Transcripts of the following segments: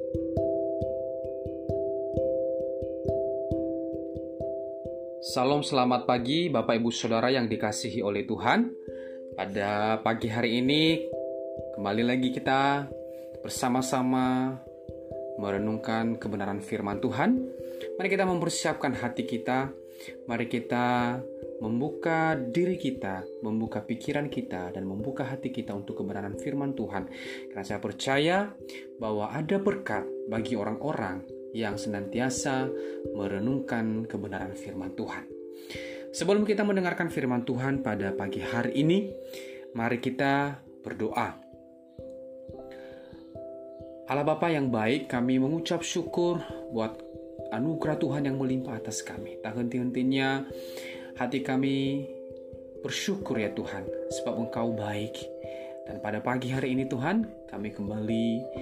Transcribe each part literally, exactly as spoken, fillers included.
Salam, selamat pagi Bapak Ibu Saudara yang dikasihi oleh Tuhan. Pada pagi hari ini kembali lagi kita bersama-sama merenungkan kebenaran firman Tuhan. Mari kita mempersiapkan hati kita. Mari kita membuka diri kita, membuka pikiran kita, dan membuka hati kita untuk kebenaran firman Tuhan. Karena saya percaya bahwa ada berkat bagi orang-orang yang senantiasa merenungkan kebenaran firman Tuhan. Sebelum kita mendengarkan firman Tuhan pada pagi hari ini, mari kita berdoa. Allah Bapa yang baik, kami mengucap syukur buat anugerah Tuhan yang melimpah atas kami. Tak henti-hentinya hati kami bersyukur ya Tuhan, sebab Engkau baik. Dan pada pagi hari ini Tuhan, kami kembali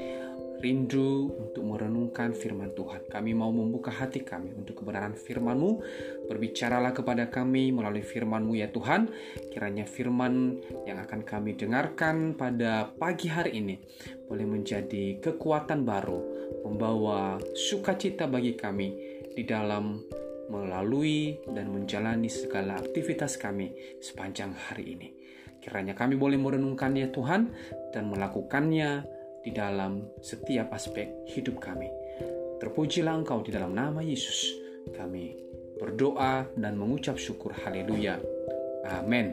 rindu untuk merenungkan firman Tuhan. Kami mau membuka hati kami untuk kebenaran firman-Mu. Berbicaralah kepada kami melalui firman-Mu ya Tuhan. Kiranya firman yang akan kami dengarkan pada pagi hari ini boleh menjadi kekuatan baru, membawa sukacita bagi kami di dalam melalui dan menjalani segala aktivitas kami sepanjang hari ini. Kiranya kami boleh merenungkannya Tuhan dan melakukannya di dalam setiap aspek hidup kami. Terpujilah Engkau di dalam nama Yesus. Kami berdoa dan mengucap syukur. Haleluya. Amin.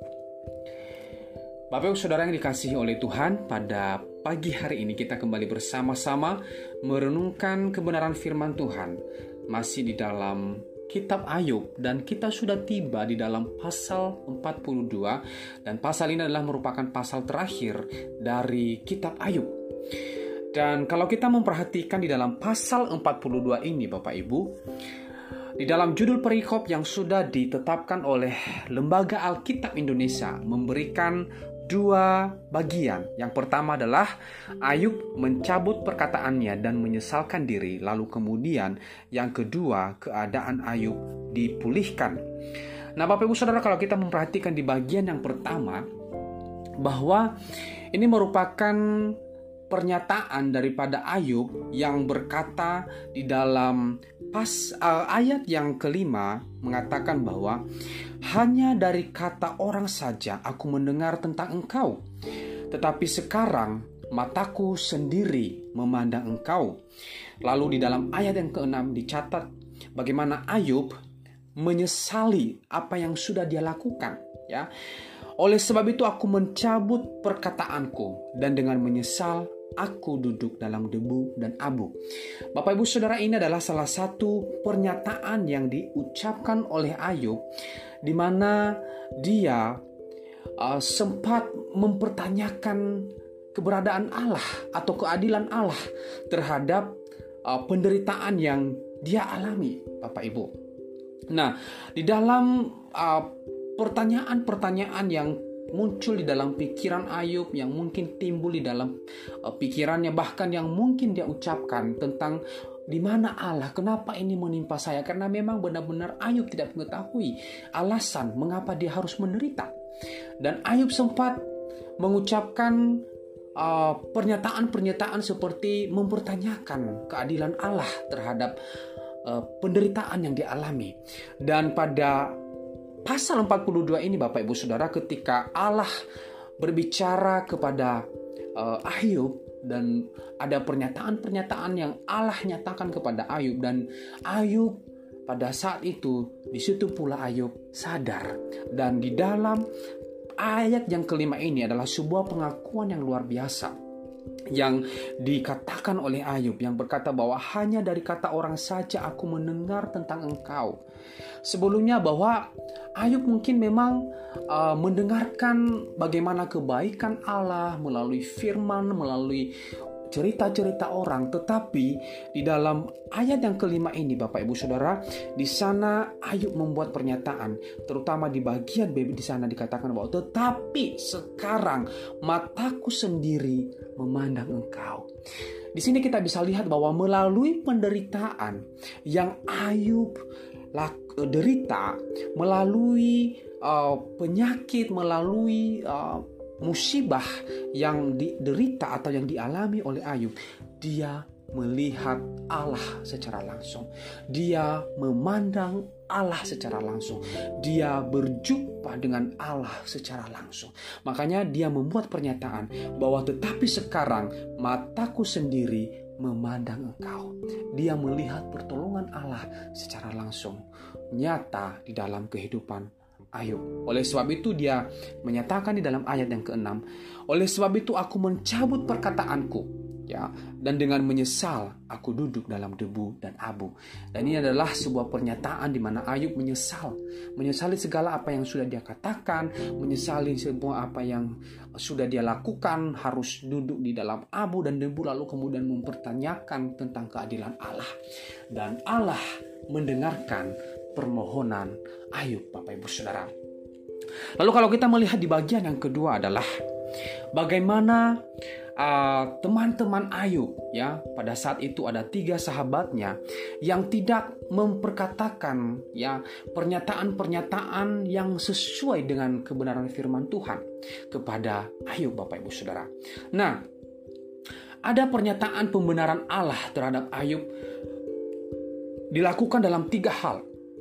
Bapak Ibu Saudara yang dikasihi oleh Tuhan, pada pagi hari ini kita kembali bersama-sama merenungkan kebenaran firman Tuhan. Masih di dalam kitab Ayub, dan kita sudah tiba di dalam pasal empat puluh dua, dan pasal ini adalah merupakan pasal terakhir dari kitab Ayub. Dan kalau kita memperhatikan di dalam pasal empat puluh dua ini Bapak Ibu, di dalam judul perikop yang sudah ditetapkan oleh Lembaga Alkitab Indonesia memberikan dua bagian. Yang pertama adalah Ayub mencabut perkataannya dan menyesalkan diri. Lalu kemudian yang kedua, keadaan Ayub dipulihkan. Nah Bapak Ibu Saudara, kalau kita memperhatikan di bagian yang pertama, bahwa ini merupakan pernyataan daripada Ayub yang berkata di dalam pas uh, ayat yang kelima mengatakan bahwa hanya dari kata orang saja aku mendengar tentang engkau, tetapi sekarang mataku sendiri memandang engkau. Lalu di dalam ayat yang keenam dicatat bagaimana Ayub menyesali apa yang sudah dia lakukan, ya. Oleh sebab itu aku mencabut perkataanku, dan dengan menyesal aku duduk dalam debu dan abu. Bapak Ibu Saudara, ini adalah salah satu pernyataan yang diucapkan oleh Ayub, di mana dia uh, sempat mempertanyakan keberadaan Allah atau keadilan Allah terhadap uh, penderitaan yang dia alami, Bapak Ibu. Nah, di dalam uh, pertanyaan-pertanyaan yang muncul di dalam pikiran Ayub, yang mungkin timbul di dalam uh, pikirannya, bahkan yang mungkin dia ucapkan tentang di mana Allah, kenapa ini menimpa saya, karena memang benar-benar Ayub tidak mengetahui alasan mengapa dia harus menderita. Dan Ayub sempat mengucapkan uh, pernyataan-pernyataan seperti mempertanyakan keadilan Allah terhadap uh, penderitaan yang dialami. Dan pada pasal empat puluh dua ini Bapak Ibu Saudara, ketika Allah berbicara kepada uh, Ayub, dan ada pernyataan-pernyataan yang Allah nyatakan kepada Ayub, dan Ayub pada saat itu, di situ pula Ayub sadar. Dan di dalam ayat yang kelima ini adalah sebuah pengakuan yang luar biasa yang dikatakan oleh Ayub, yang berkata bahwa hanya dari kata orang saja aku mendengar tentang engkau. Sebelumnya bahwa Ayub mungkin memang uh, mendengarkan bagaimana kebaikan Allah melalui firman, melalui cerita-cerita orang, tetapi di dalam ayat yang kelima ini Bapak Ibu Saudara, di sana Ayub membuat pernyataan, terutama di bagian B di sana dikatakan bahwa tetapi sekarang mataku sendiri memandang engkau. Di sini kita bisa lihat bahwa melalui penderitaan yang Ayub derita, melalui uh, penyakit, melalui uh, musibah yang diderita atau yang dialami oleh Ayub, dia melihat Allah secara langsung. Dia memandang Allah secara langsung. Dia berjumpa dengan Allah secara langsung. Makanya dia membuat pernyataan bahwa tetapi sekarang mataku sendiri memandang engkau. Dia melihat pertolongan Allah secara langsung, nyata di dalam kehidupan Ayub. Oleh sebab itu dia menyatakan di dalam ayat yang keenam, oleh sebab itu aku mencabut perkataanku, ya, dan dengan menyesal aku duduk dalam debu dan abu. Dan ini adalah sebuah pernyataan di mana Ayub menyesal, menyesali segala apa yang sudah dia katakan, menyesali semua apa yang sudah dia lakukan, harus duduk di dalam abu dan debu, lalu kemudian mempertanyakan tentang keadilan Allah. Dan Allah mendengarkan permohonan Ayub, Bapak Ibu Saudara. Lalu kalau kita melihat di bagian yang kedua adalah bagaimana uh, teman-teman Ayub, ya, pada saat itu ada tiga sahabatnya yang tidak memperkatakan, ya, pernyataan-pernyataan yang sesuai dengan kebenaran firman Tuhan kepada Ayub, Bapak Ibu Saudara. Nah, ada pernyataan pembenaran Allah terhadap Ayub dilakukan dalam tiga hal.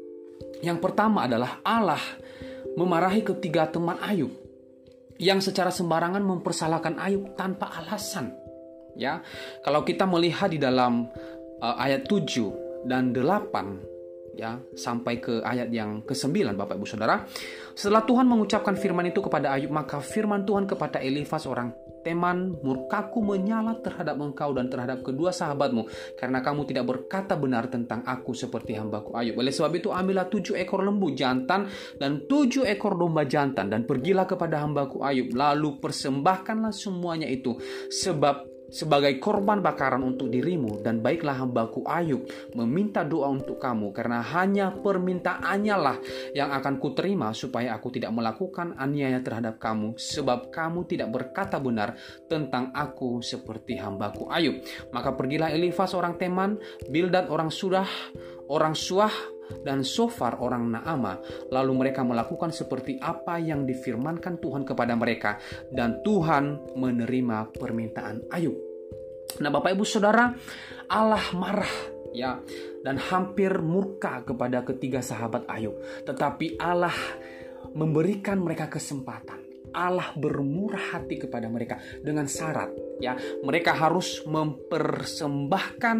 Yang pertama adalah Allah memarahi ketiga teman Ayub yang secara sembarangan mempersalahkan Ayub tanpa alasan. Ya, kalau kita melihat di dalam uh, ayat tujuh dan delapan, ya, sampai ke ayat yang kesembilan, Bapak Ibu Saudara, setelah Tuhan mengucapkan firman itu kepada Ayub, maka firman Tuhan kepada Elifas orang Teman, murkaku menyala terhadap engkau dan terhadap kedua sahabatmu, karena kamu tidak berkata benar tentang aku seperti hambaku Ayub. Oleh sebab itu ambillah tujuh ekor lembu jantan dan tujuh ekor domba jantan, dan pergilah kepada hambaku Ayub, lalu persembahkanlah semuanya itu sebab sebagai korban bakaran untuk dirimu, dan baiklah hambaku Ayub meminta doa untuk kamu, karena hanya permintaannya lah yang akan kuterima, supaya aku tidak melakukan aniaya terhadap kamu, sebab kamu tidak berkata benar tentang aku seperti hambaku Ayub. Maka pergilah Elifas orang Teman, Bildad orang Sudah, orang Suah, dan Sofar orang Naama, lalu mereka melakukan seperti apa yang difirmankan Tuhan kepada mereka, dan Tuhan menerima permintaan Ayub. Nah, Bapak Ibu Saudara, Allah marah, ya, dan hampir murka kepada ketiga sahabat Ayub, tetapi Allah memberikan mereka kesempatan. Allah bermurah hati kepada mereka dengan syarat, ya, mereka harus mempersembahkan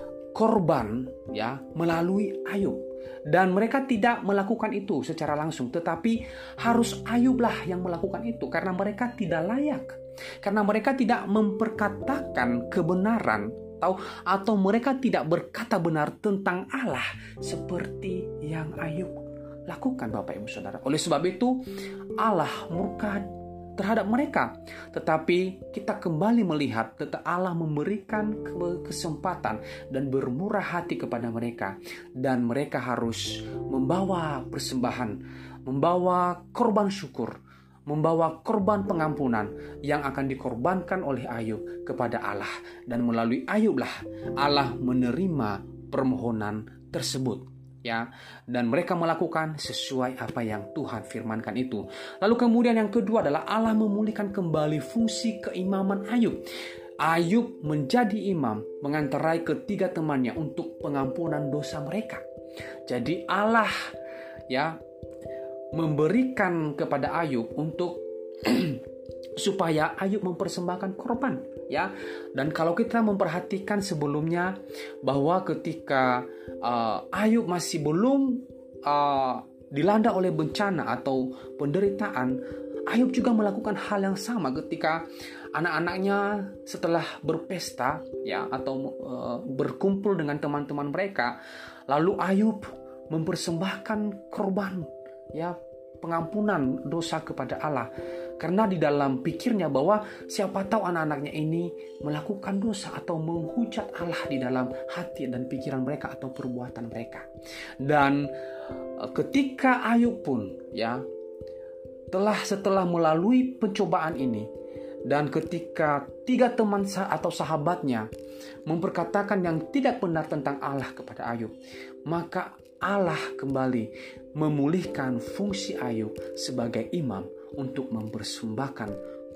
korban, ya, melalui Ayub. Dan mereka tidak melakukan itu secara langsung, tetapi harus Ayublah yang melakukan itu, karena mereka tidak layak, karena mereka tidak memperkatakan kebenaran atau, atau mereka tidak berkata benar tentang Allah seperti yang Ayub lakukan, Bapak Ibu Saudara. Oleh sebab itu Allah murka terhadap mereka. Tetapi kita kembali melihat tetap Allah memberikan kesempatan dan bermurah hati kepada mereka, dan mereka harus membawa persembahan, membawa korban syukur, membawa korban pengampunan yang akan dikorbankan oleh Ayub kepada Allah, dan melalui Ayublah Allah menerima permohonan tersebut. Ya, dan mereka melakukan sesuai apa yang Tuhan firmankan itu. Lalu kemudian yang kedua adalah Allah memulihkan kembali fungsi keimaman Ayub. Ayub menjadi imam mengantarai ketiga temannya untuk pengampunan dosa mereka. Jadi Allah, ya, memberikan kepada Ayub untuk supaya Ayub mempersembahkan korban, ya. Dan kalau kita memperhatikan sebelumnya bahwa ketika uh, Ayub masih belum uh, dilanda oleh bencana atau penderitaan, Ayub juga melakukan hal yang sama ketika anak-anaknya setelah berpesta, ya, atau uh, berkumpul dengan teman-teman mereka, lalu Ayub mempersembahkan korban, ya, pengampunan dosa kepada Allah. Karena di dalam pikirnya bahwa siapa tahu anak-anaknya ini melakukan dosa atau menghujat Allah di dalam hati dan pikiran mereka atau perbuatan mereka. Dan ketika Ayub pun, ya, telah setelah melalui pencobaan ini, dan ketika tiga teman atau sahabatnya memperkatakan yang tidak benar tentang Allah kepada Ayub, maka Allah kembali memulihkan fungsi Ayub sebagai imam untuk mempersembahkan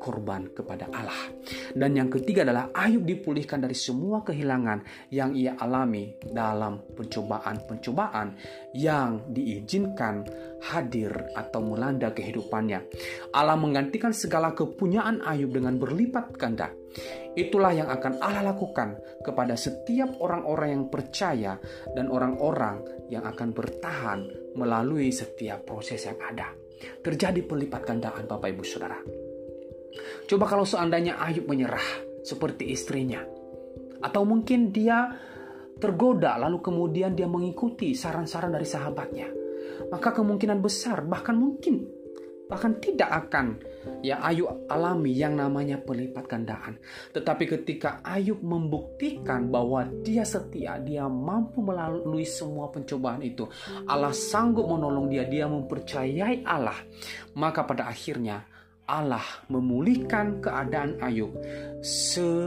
berkorban kepada Allah. Dan yang ketiga adalah Ayub dipulihkan dari semua kehilangan yang ia alami dalam pencobaan-pencobaan yang diizinkan hadir atau melanda kehidupannya. Allah menggantikan segala kepunyaan Ayub dengan berlipat ganda. Itulah yang akan Allah lakukan kepada setiap orang-orang yang percaya dan orang-orang yang akan bertahan melalui setiap proses yang ada. Terjadi pelipat gandaan, Bapak Ibu Saudara. Coba kalau seandainya Ayub menyerah seperti istrinya, atau mungkin dia tergoda lalu kemudian dia mengikuti saran-saran dari sahabatnya, maka kemungkinan besar bahkan mungkin bahkan tidak akan ya Ayub alami yang namanya pelipat gandaan. Tetapi ketika Ayub membuktikan bahwa dia setia, dia mampu melalui semua pencobaan itu, Allah sanggup menolong dia, dia mempercayai Allah, maka pada akhirnya Allah memulihkan keadaan Ayub se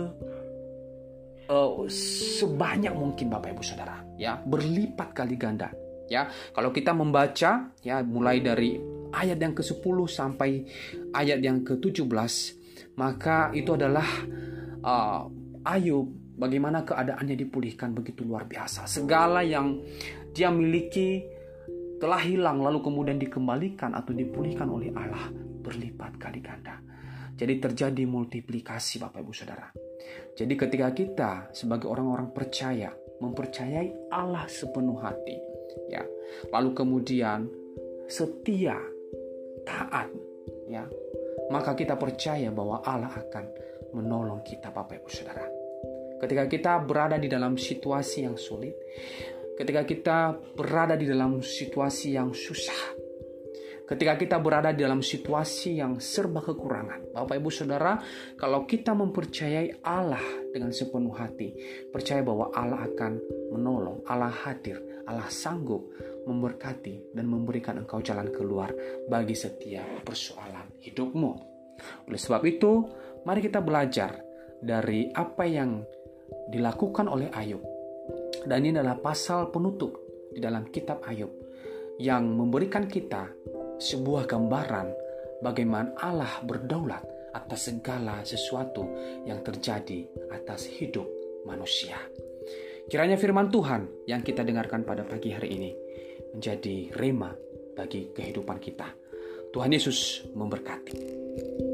uh, sebanyak mungkin, Bapak Ibu Saudara, ya, berlipat kali ganda. Ya, kalau kita membaca ya mulai dari ayat yang kesepuluh sampai ayat yang ketujuh belas, maka itu adalah uh, Ayub bagaimana keadaannya dipulihkan begitu luar biasa. Segala yang dia miliki telah hilang lalu kemudian dikembalikan atau dipulihkan oleh Allah berlipat kali ganda. Jadi terjadi multiplikasi, Bapak Ibu Saudara. Jadi ketika kita sebagai orang-orang percaya mempercayai Allah sepenuh hati, ya, lalu kemudian setia, taat, ya, maka kita percaya bahwa Allah akan menolong kita, Bapak Ibu Saudara. Ketika kita berada di dalam situasi yang sulit, ketika kita berada di dalam situasi yang susah, ketika kita berada di dalam situasi yang serba kekurangan, Bapak Ibu Saudara, kalau kita mempercayai Allah dengan sepenuh hati, percaya bahwa Allah akan menolong, Allah hadir, Allah sanggup memberkati dan memberikan engkau jalan keluar bagi setiap persoalan hidupmu. Oleh sebab itu, mari kita belajar dari apa yang dilakukan oleh Ayub. Dan ini adalah pasal penutup di dalam kitab Ayub yang memberikan kita sebuah gambaran bagaimana Allah berdaulat atas segala sesuatu yang terjadi atas hidup manusia. Kiranya firman Tuhan yang kita dengarkan pada pagi hari ini menjadi rema bagi kehidupan kita. Tuhan Yesus memberkati.